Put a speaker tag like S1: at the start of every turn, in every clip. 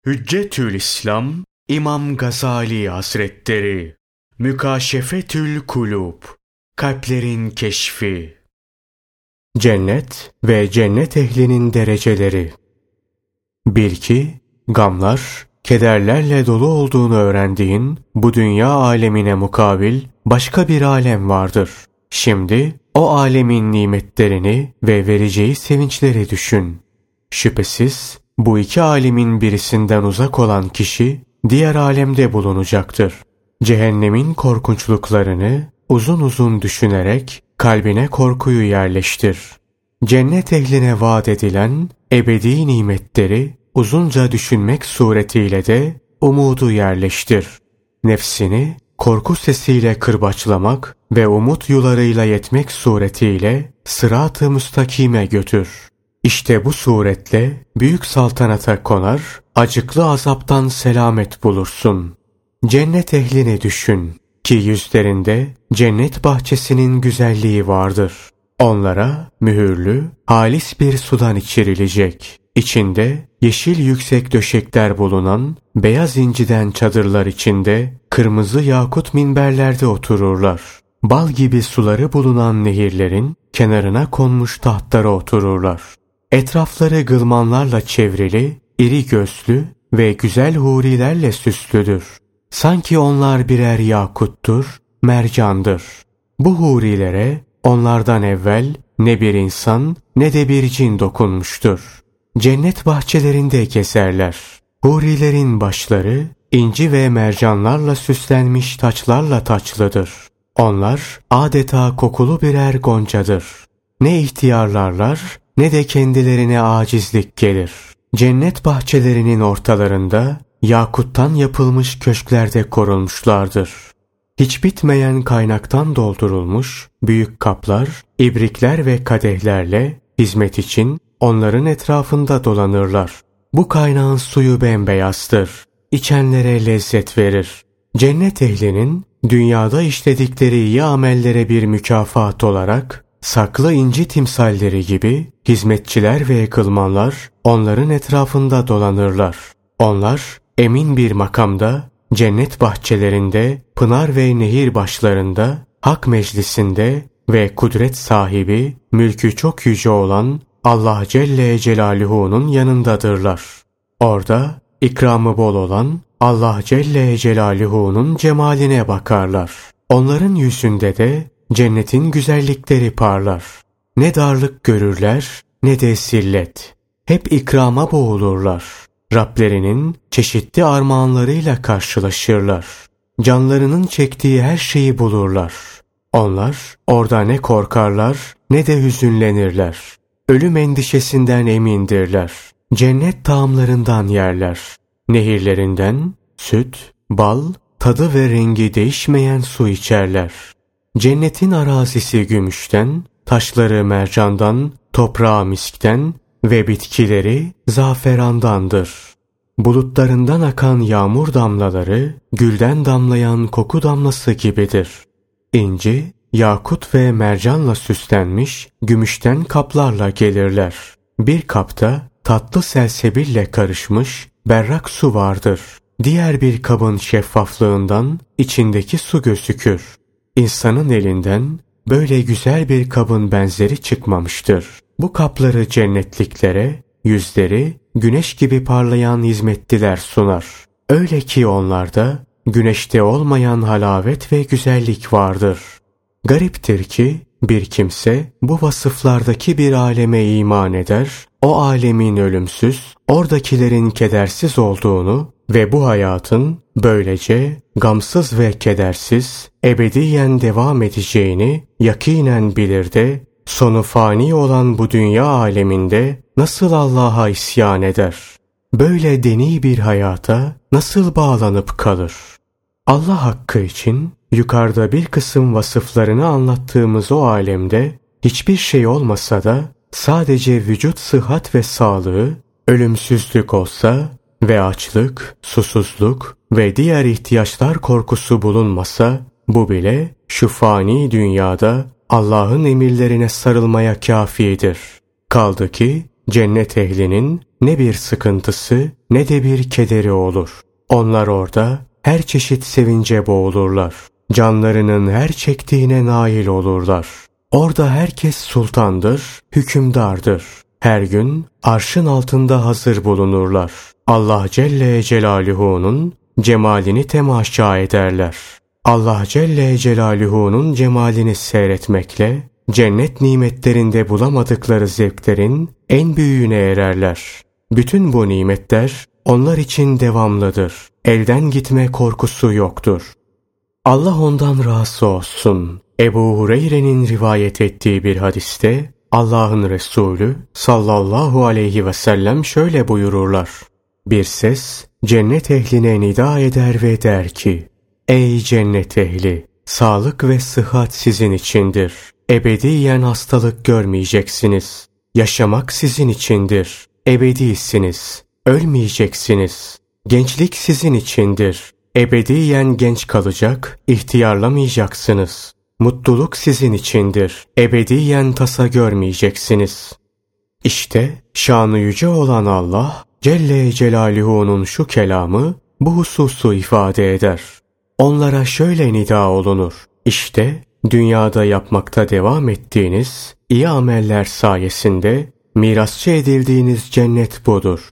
S1: Hüccetül İslam İmam Gazali Hazretleri. Mükaşefetül Kulub, kalplerin keşfi. Cennet ve cennet ehlinin dereceleri. Bil ki gamlar, kederlerle dolu olduğunu öğrendiğin bu dünya alemine mukabil başka bir alem vardır. Şimdi o alemin nimetlerini ve vereceği sevinçleri düşün. Şüphesiz bu iki alemin birisinden uzak olan kişi diğer alemde bulunacaktır. Cehennemin korkunçluklarını uzun uzun düşünerek kalbine korkuyu yerleştir. Cennet ehline vaat edilen ebedi nimetleri uzunca düşünmek suretiyle de umudu yerleştir. Nefsini korku sesiyle kırbaçlamak ve umut yularıyla yetmek suretiyle sırat-ı müstakime götür. İşte bu suretle büyük saltanata konar, acıklı azaptan selamet bulursun. Cennet ehlini düşün ki yüzlerinde cennet bahçesinin güzelliği vardır. Onlara mühürlü, halis bir sudan içirilecek. İçinde yeşil yüksek döşekler bulunan beyaz inciden çadırlar içinde kırmızı yakut minberlerde otururlar. Bal gibi suları bulunan nehirlerin kenarına konmuş tahtlara otururlar. Etrafları gılmanlarla çevrili, iri göğslü ve güzel hurilerle süslüdür. Sanki onlar birer yakuttur, mercandır. Bu hurilere onlardan evvel ne bir insan ne de bir cin dokunmuştur. Cennet bahçelerinde gezerler. Hurilerin başları inci ve mercanlarla süslenmiş taçlarla taçlıdır. Onlar adeta kokulu birer goncadır. Ne ihtiyarlarlar ne de kendilerine acizlik gelir. Cennet bahçelerinin ortalarında yakuttan yapılmış köşklerde korunmuşlardır. Hiç bitmeyen kaynaktan doldurulmuş büyük kaplar, ibrikler ve kadehlerle hizmet için onların etrafında dolanırlar. Bu kaynağın suyu bembeyazdır. İçenlere lezzet verir. Cennet ehlinin dünyada işledikleri iyi amellere bir mükafat olarak saklı inci timsalleri gibi hizmetçiler ve kılmanlar onların etrafında dolanırlar. Onlar emin bir makamda, cennet bahçelerinde, pınar ve nehir başlarında, hak meclisinde ve kudret sahibi, mülkü çok yüce olan Allah Celle Celaluhu'nun yanındadırlar. Orada ikramı bol olan Allah Celle Celaluhu'nun cemaline bakarlar. Onların yüzünde de cennetin güzellikleri parlar. Ne darlık görürler ne de zillet. Hep ikrama boğulurlar. Rablerinin çeşitli armağanlarıyla karşılaşırlar. Canlarının çektiği her şeyi bulurlar. Onlar orada ne korkarlar ne de hüzünlenirler. Ölüm endişesinden emindirler. Cennet taamlarından yerler. Nehirlerinden süt, bal, tadı ve rengi değişmeyen su içerler. Cennetin arazisi gümüşten, taşları mercandan, toprağı miskten ve bitkileri zaferandandır. Bulutlarından akan yağmur damlaları gülden damlayan koku damlası gibidir. İnci, yakut ve mercanla süslenmiş gümüşten kaplarla gelirler. Bir kapta tatlı selsebille karışmış berrak su vardır. Diğer bir kabın şeffaflığından içindeki su gözükür. İnsanın elinden böyle güzel bir kabın benzeri çıkmamıştır. Bu kapları cennetliklere, yüzleri güneş gibi parlayan hizmetliler sunar. Öyle ki onlarda güneşte olmayan halavet ve güzellik vardır. Gariptir ki bir kimse bu vasıflardaki bir aleme iman eder, o alemin ölümsüz, oradakilerin kedersiz olduğunu ve bu hayatın böylece gamsız ve kedersiz, ebediyen devam edeceğini yakinen bilir de, sonu fani olan bu dünya aleminde nasıl Allah'a isyan eder? Böyle deni bir hayata nasıl bağlanıp kalır? Allah hakkı için yukarıda bir kısım vasıflarını anlattığımız o alemde hiçbir şey olmasa da sadece vücut sıhhat ve sağlığı, ölümsüzlük olsa ve açlık, susuzluk ve diğer ihtiyaçlar korkusu bulunmasa, bu bile şu fani dünyada Allah'ın emirlerine sarılmaya kâfidir. Kaldı ki cennet ehlinin ne bir sıkıntısı ne de bir kederi olur. Onlar orada her çeşit sevince boğulurlar. Canlarının her çektiğine nail olurlar. Orada herkes sultandır, hükümdardır. Her gün arşın altında hazır bulunurlar. Allah Celle Celaluhu'nun cemalini temaşa ederler. Allah Celle Celaluhu'nun cemalini seyretmekle cennet nimetlerinde bulamadıkları zevklerin en büyüğüne ererler. Bütün bu nimetler onlar için devamlıdır. Elden gitme korkusu yoktur. Allah ondan razı olsun. Ebu Hureyre'nin rivayet ettiği bir hadiste Allah'ın Resulü sallallahu aleyhi ve sellem şöyle buyururlar. Bir ses cennet ehline nida eder ve der ki: Ey cennet ehli! Sağlık ve sıhhat sizin içindir. Ebediyen hastalık görmeyeceksiniz. Yaşamak sizin içindir. Ebedisiniz. Ölmeyeceksiniz. Gençlik sizin içindir. Ebediyen genç kalacak, ihtiyarlamayacaksınız. Mutluluk sizin içindir. Ebediyen tasa görmeyeceksiniz. İşte şanı yüce olan Allah Celle Celaluhu'nun şu kelamı bu hususu ifade eder. Onlara şöyle nida olunur. İşte dünyada yapmakta devam ettiğiniz iyi ameller sayesinde mirasçı edildiğiniz cennet budur.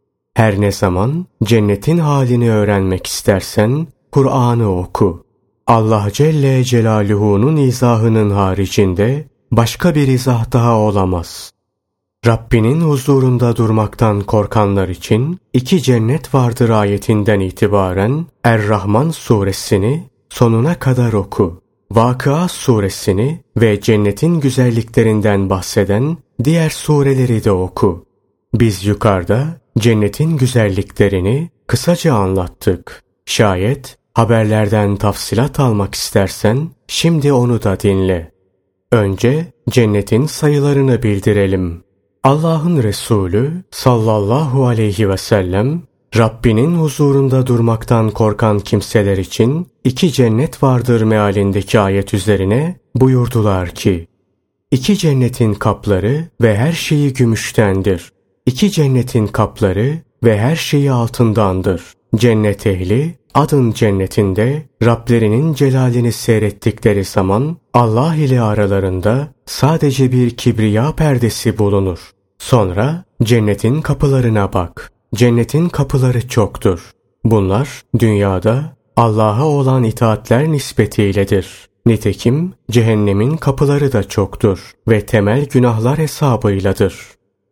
S1: Her ne zaman cennetin halini öğrenmek istersen Kur'an'ı oku. Allah Celle Celaluhu'nun izahının haricinde başka bir izah daha olamaz. Rabbinin huzurunda durmaktan korkanlar için 2 cennet vardır ayetinden itibaren Er-Rahman suresini sonuna kadar oku. Vakıa suresini ve cennetin güzelliklerinden bahseden diğer sureleri de oku. Biz yukarıda cennetin güzelliklerini kısaca anlattık. Şayet haberlerden tafsilat almak istersen şimdi onu da dinle. Önce cennetin sayılarını bildirelim. Allah'ın Resulü sallallahu aleyhi ve sellem Rabbinin huzurunda durmaktan korkan kimseler için 2 cennet vardır mealindeki ayet üzerine buyurdular ki: 2 cennetin kapları ve her şeyi gümüştendir. 2 cennetin kapları ve her şeyi altındandır. Cennet ehli adın cennetinde Rablerinin celalini seyrettikleri zaman Allah ile aralarında sadece bir kibriya perdesi bulunur. Sonra cennetin kapılarına bak. Cennetin kapıları çoktur. Bunlar dünyada Allah'a olan itaatler nispetiyledir. Nitekim cehennemin kapıları da çoktur ve temel günahlar hesabıyladır.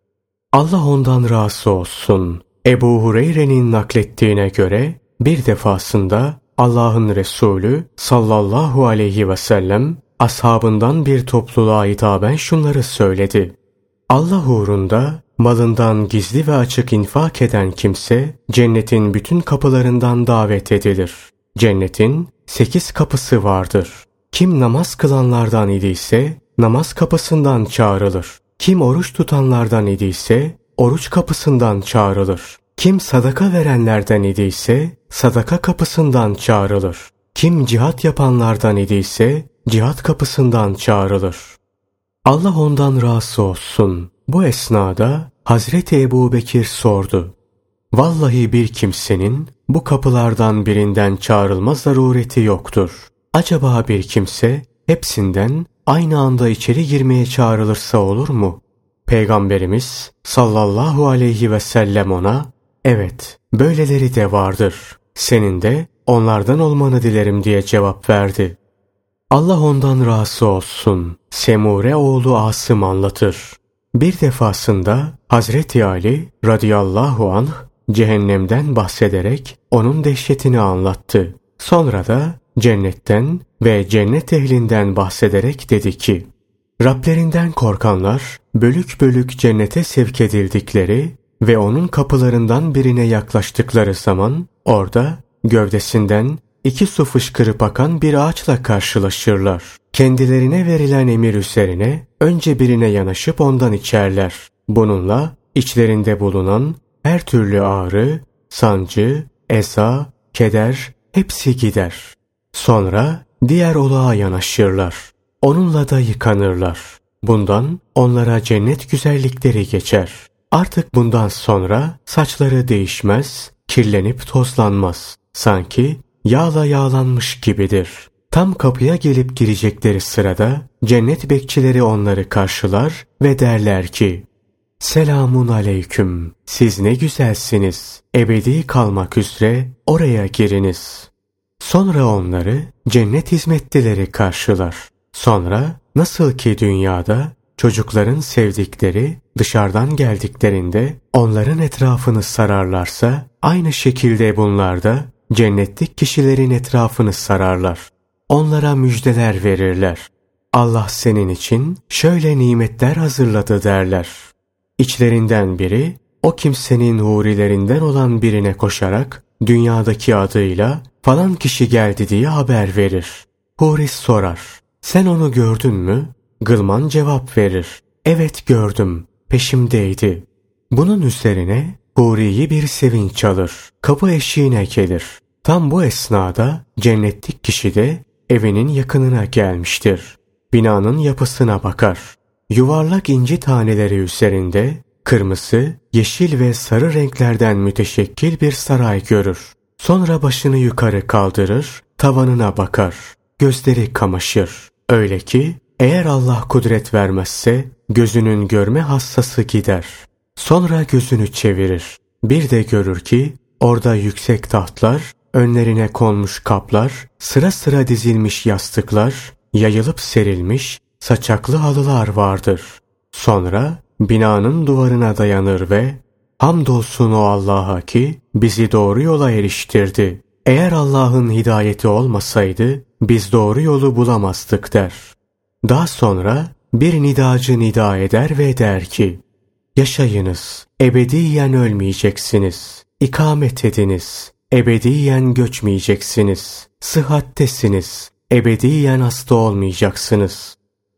S1: Allah ondan razı olsun. Ebu Hureyre'nin naklettiğine göre bir defasında Allah'ın Resulü sallallahu aleyhi ve sellem ashabından bir topluluğa hitaben şunları söyledi. Allah uğrunda malından gizli ve açık infak eden kimse cennetin bütün kapılarından davet edilir. Cennetin 8 kapısı vardır. Kim namaz kılanlardan idiyse namaz kapısından çağrılır. Kim oruç tutanlardan idiyse oruç kapısından çağrılır. Kim sadaka verenlerden idiyse sadaka kapısından çağrılır. Kim cihat yapanlardan idiyse cihat kapısından çağrılır. Allah ondan razı olsun. Bu esnada Hazreti Ebubekir sordu. Vallahi bir kimsenin bu kapılardan birinden çağrılma zarureti yoktur. Acaba bir kimse hepsinden aynı anda içeri girmeye çağrılırsa olur mu? Peygamberimiz sallallahu aleyhi ve sellem ona, evet, böyleleri de vardır. Senin de onlardan olmanı dilerim diye cevap verdi. Allah ondan razı olsun. Semure oğlu Asım anlatır. Bir defasında Hazreti Ali radıyallahu anh cehennemden bahsederek onun dehşetini anlattı. Sonra da cennetten ve cennet ehlinden bahsederek dedi ki, Rablerinden korkanlar bölük bölük cennete sevk edildikleri ve onun kapılarından birine yaklaştıkları zaman orada gövdesinden 2 su fışkırıp akan bir ağaçla karşılaşırlar. Kendilerine verilen emir üzerine önce birine yanaşıp ondan içerler. Bununla içlerinde bulunan her türlü ağrı, sancı, eza, keder hepsi gider. Sonra diğer olağa yanaşırlar. Onunla da yıkanırlar. Bundan onlara cennet güzellikleri geçer. Artık bundan sonra saçları değişmez, kirlenip tozlanmaz. Sanki yağla yağlanmış gibidir. Tam kapıya gelip girecekleri sırada cennet bekçileri onları karşılar ve derler ki, "Selamun aleyküm, siz ne güzelsiniz, ebedi kalmak üzere oraya giriniz." Sonra onları cennet hizmetlileri karşılar. Sonra nasıl ki dünyada çocukların sevdikleri dışarıdan geldiklerinde onların etrafını sararlarsa, aynı şekilde bunlar da cennetlik kişilerin etrafını sararlar. Onlara müjdeler verirler. Allah senin için şöyle nimetler hazırladı derler. İçlerinden biri o kimsenin hurilerinden olan birine koşarak dünyadaki adıyla falan kişi geldi diye haber verir. Huri sorar, "Sen onu gördün mü?" Gılman cevap verir, "Evet gördüm, peşimdeydi." Bunun üzerine huriyi bir sevinç alır. Kapı eşiğine gelir. Tam bu esnada cennetlik kişi de evinin yakınına gelmiştir. Binanın yapısına bakar. Yuvarlak inci taneleri üzerinde kırmızı, yeşil ve sarı renklerden müteşekkil bir saray görür. Sonra başını yukarı kaldırır, tavanına bakar. Gözleri kamaşır. Öyle ki eğer Allah kudret vermezse gözünün görme hassası gider. Sonra gözünü çevirir. Bir de görür ki orada yüksek tahtlar, önlerine konmuş kaplar, sıra sıra dizilmiş yastıklar, yayılıp serilmiş saçaklı halılar vardır. Sonra binanın duvarına dayanır ve "Hamdolsun o Allah'a ki bizi doğru yola eriştirdi. Eğer Allah'ın hidayeti olmasaydı biz doğru yolu bulamazdık" der. Daha sonra bir nidacı nida eder ve der ki, "Yaşayınız, ebediyen ölmeyeceksiniz. İkamet ediniz, ebediyen göçmeyeceksiniz. Sıhhattesiniz, ebediyen hasta olmayacaksınız."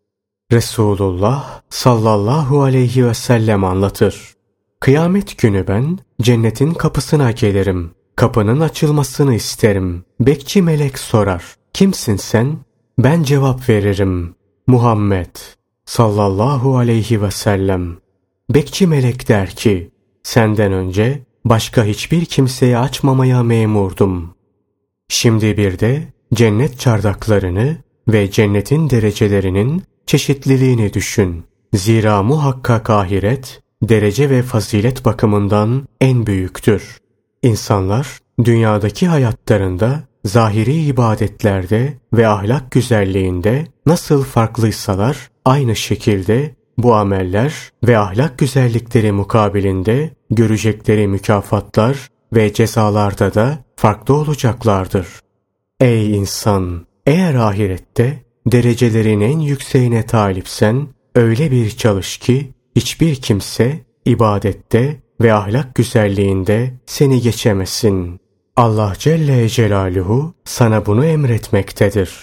S1: Resulullah sallallahu aleyhi ve sellem anlatır. "Kıyamet günü ben cennetin kapısına gelirim. Kapının açılmasını isterim. Bekçi melek sorar, 'Kimsin sen?' Ben cevap veririm, 'Muhammed sallallahu aleyhi ve sellem.' Bekçi melek der ki, 'Senden önce başka hiçbir kimseye açmamaya memurdum.' Şimdi bir de cennet çardaklarını ve cennetin derecelerinin çeşitliliğini düşün. Zira muhakkak ahiret, derece ve fazilet bakımından en büyüktür. İnsanlar dünyadaki hayatlarında, zahiri ibadetlerde ve ahlak güzelliğinde nasıl farklıysalar, aynı şekilde bu ameller ve ahlak güzellikleri mukabilinde görecekleri mükafatlar ve cezalarda da farklı olacaklardır. Ey insan! Eğer ahirette derecelerin en yükseğine talipsen, öyle bir çalış ki hiçbir kimse ibadette ve ahlak güzelliğinde seni geçemesin. Allah Celle Celaluhu sana bunu emretmektedir.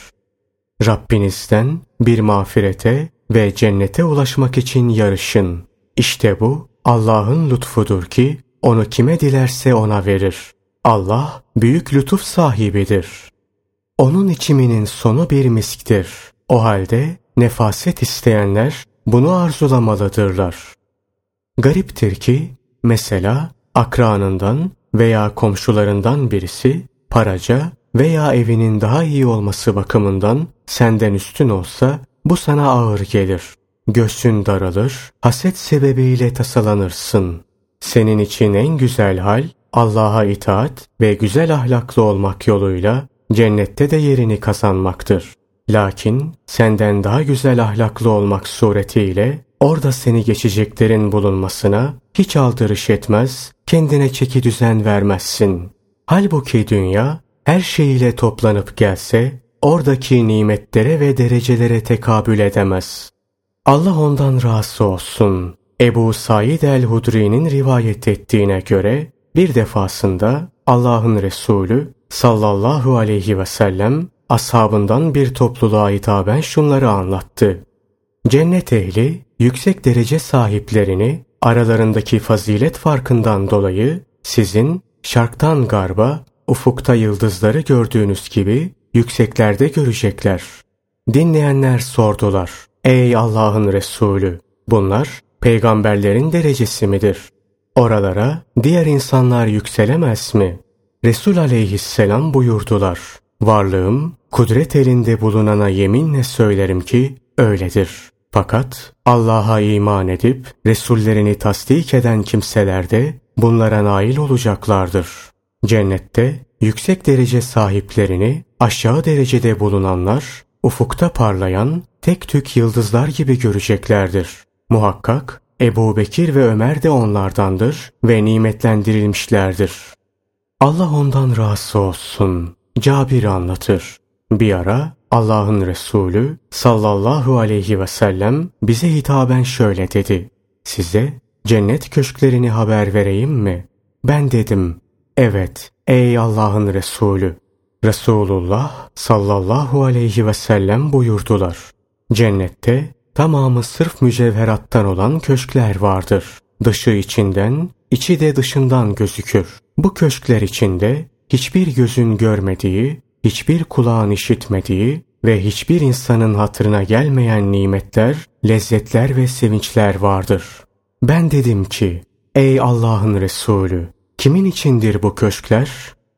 S1: Rabbinizden bir mağfirete ve cennete ulaşmak için yarışın. İşte bu Allah'ın lütfudur ki onu kime dilerse ona verir. Allah büyük lütuf sahibidir. Onun içiminin sonu bir misktir. O halde nefaset isteyenler bunu arzulamalıdırlar. Gariptir ki mesela akranından veya komşularından birisi paraca veya evinin daha iyi olması bakımından senden üstün olsa bu sana ağır gelir. Göğsün daralır, haset sebebiyle tasalanırsın. Senin için en güzel hal Allah'a itaat ve güzel ahlaklı olmak yoluyla cennette de yerini kazanmaktır. Lakin senden daha güzel ahlaklı olmak suretiyle orada seni geçeceklerin bulunmasına hiç aldırış etmez, kendine çeki düzen vermezsin. Halbuki dünya her şeyiyle toplanıp gelse oradaki nimetlere ve derecelere tekabül edemez. Allah ondan razı olsun. Ebu Said el-Hudri'nin rivayet ettiğine göre bir defasında Allah'ın Resulü sallallahu aleyhi ve sellem ashabından bir topluluğa hitaben şunları anlattı. Cennet ehli yüksek derece sahiplerini aralarındaki fazilet farkından dolayı sizin şarktan garba ufukta yıldızları gördüğünüz gibi yükseklerde görecekler. Dinleyenler sordular. Ey Allah'ın Resulü! Bunlar peygamberlerin derecesi midir? Oralara diğer insanlar yükselemez mi? Resul aleyhisselam buyurdular. Varlığım, kudret elinde bulunana yeminle söylerim ki öyledir. Fakat Allah'a iman edip Resullerini tasdik eden kimseler de bunlara nail olacaklardır. Cennette yüksek derece sahiplerini aşağı derecede bulunanlar ufukta parlayan tek tük yıldızlar gibi göreceklerdir. Muhakkak Ebu Bekir ve Ömer de onlardandır ve nimetlendirilmişlerdir. Allah ondan razı olsun. Cabir anlatır. Bir ara Allah'ın Resulü sallallahu aleyhi ve sellem bize hitaben şöyle dedi. Size cennet köşklerini haber vereyim mi? Ben dedim, evet ey Allah'ın Resulü. Resulullah sallallahu aleyhi ve sellem buyurdular. Cennette tamamı sırf mücevherattan olan köşkler vardır. Dışı içinden, içi de dışından gözükür. Bu köşkler içinde hiçbir gözün görmediği, hiçbir kulağın işitmediği ve hiçbir insanın hatırına gelmeyen nimetler, lezzetler ve sevinçler vardır. Ben dedim ki, ey Allah'ın Resulü, kimin içindir bu köşkler?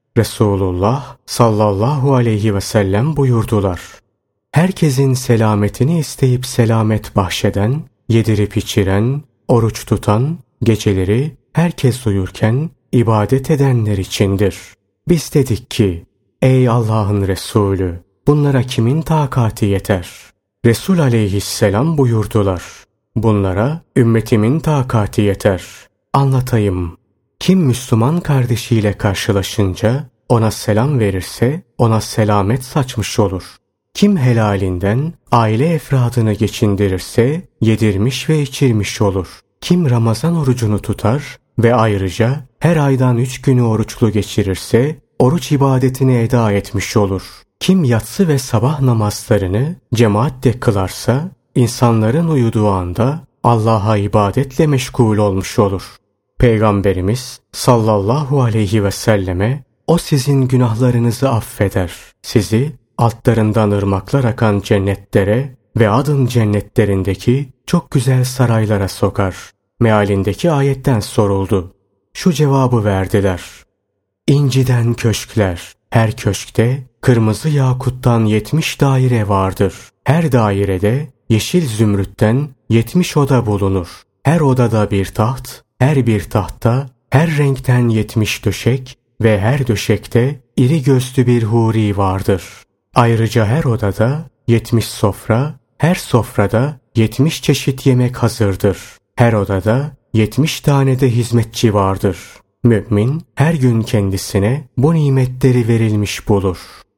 S1: Resulullah sallallahu aleyhi ve sellem buyurdular. Herkesin selametini isteyip selamet bahşeden, yedirip içiren, oruç tutan, geceleri herkes uyurken ibadet edenler içindir. Biz dedik ki, ey Allah'ın Resulü, bunlara kimin takati yeter? Resul aleyhisselam buyurdular. Bunlara ümmetimin takati yeter. Anlatayım. Kim Müslüman kardeşiyle karşılaşınca ona selam verirse ona selamet saçmış olur. Kim helalinden aile efradını geçindirirse yedirmiş ve içirmiş olur. Kim Ramazan orucunu tutar ve ayrıca her aydan 3 günü oruçlu geçirirse oruç ibadetini eda etmiş olur. Kim yatsı ve sabah namazlarını cemaatle kılarsa insanların uyuduğu anda Allah'a ibadetle meşgul olmuş olur. Peygamberimiz sallallahu aleyhi ve selleme o sizin günahlarınızı affeder. Sizi altlarından ırmaklar akan cennetlere ve adın cennetlerindeki çok güzel saraylara sokar. Mealindeki ayetten soruldu. Şu cevabı verdiler. İnciden köşkler, her köşkte kırmızı yakuttan 70 daire vardır. Her dairede yeşil zümrütten 70 oda bulunur. Her odada bir taht, her bir tahtta her renkten 70 döşek ve her döşekte iri gözlü bir huri vardır. Ayrıca her odada 70 sofra, her sofrada 70 çeşit yemek hazırdır. Her odada 70 tane de hizmetçi vardır. Mümin her gün kendisine bu nimetleri verilmiş bulur.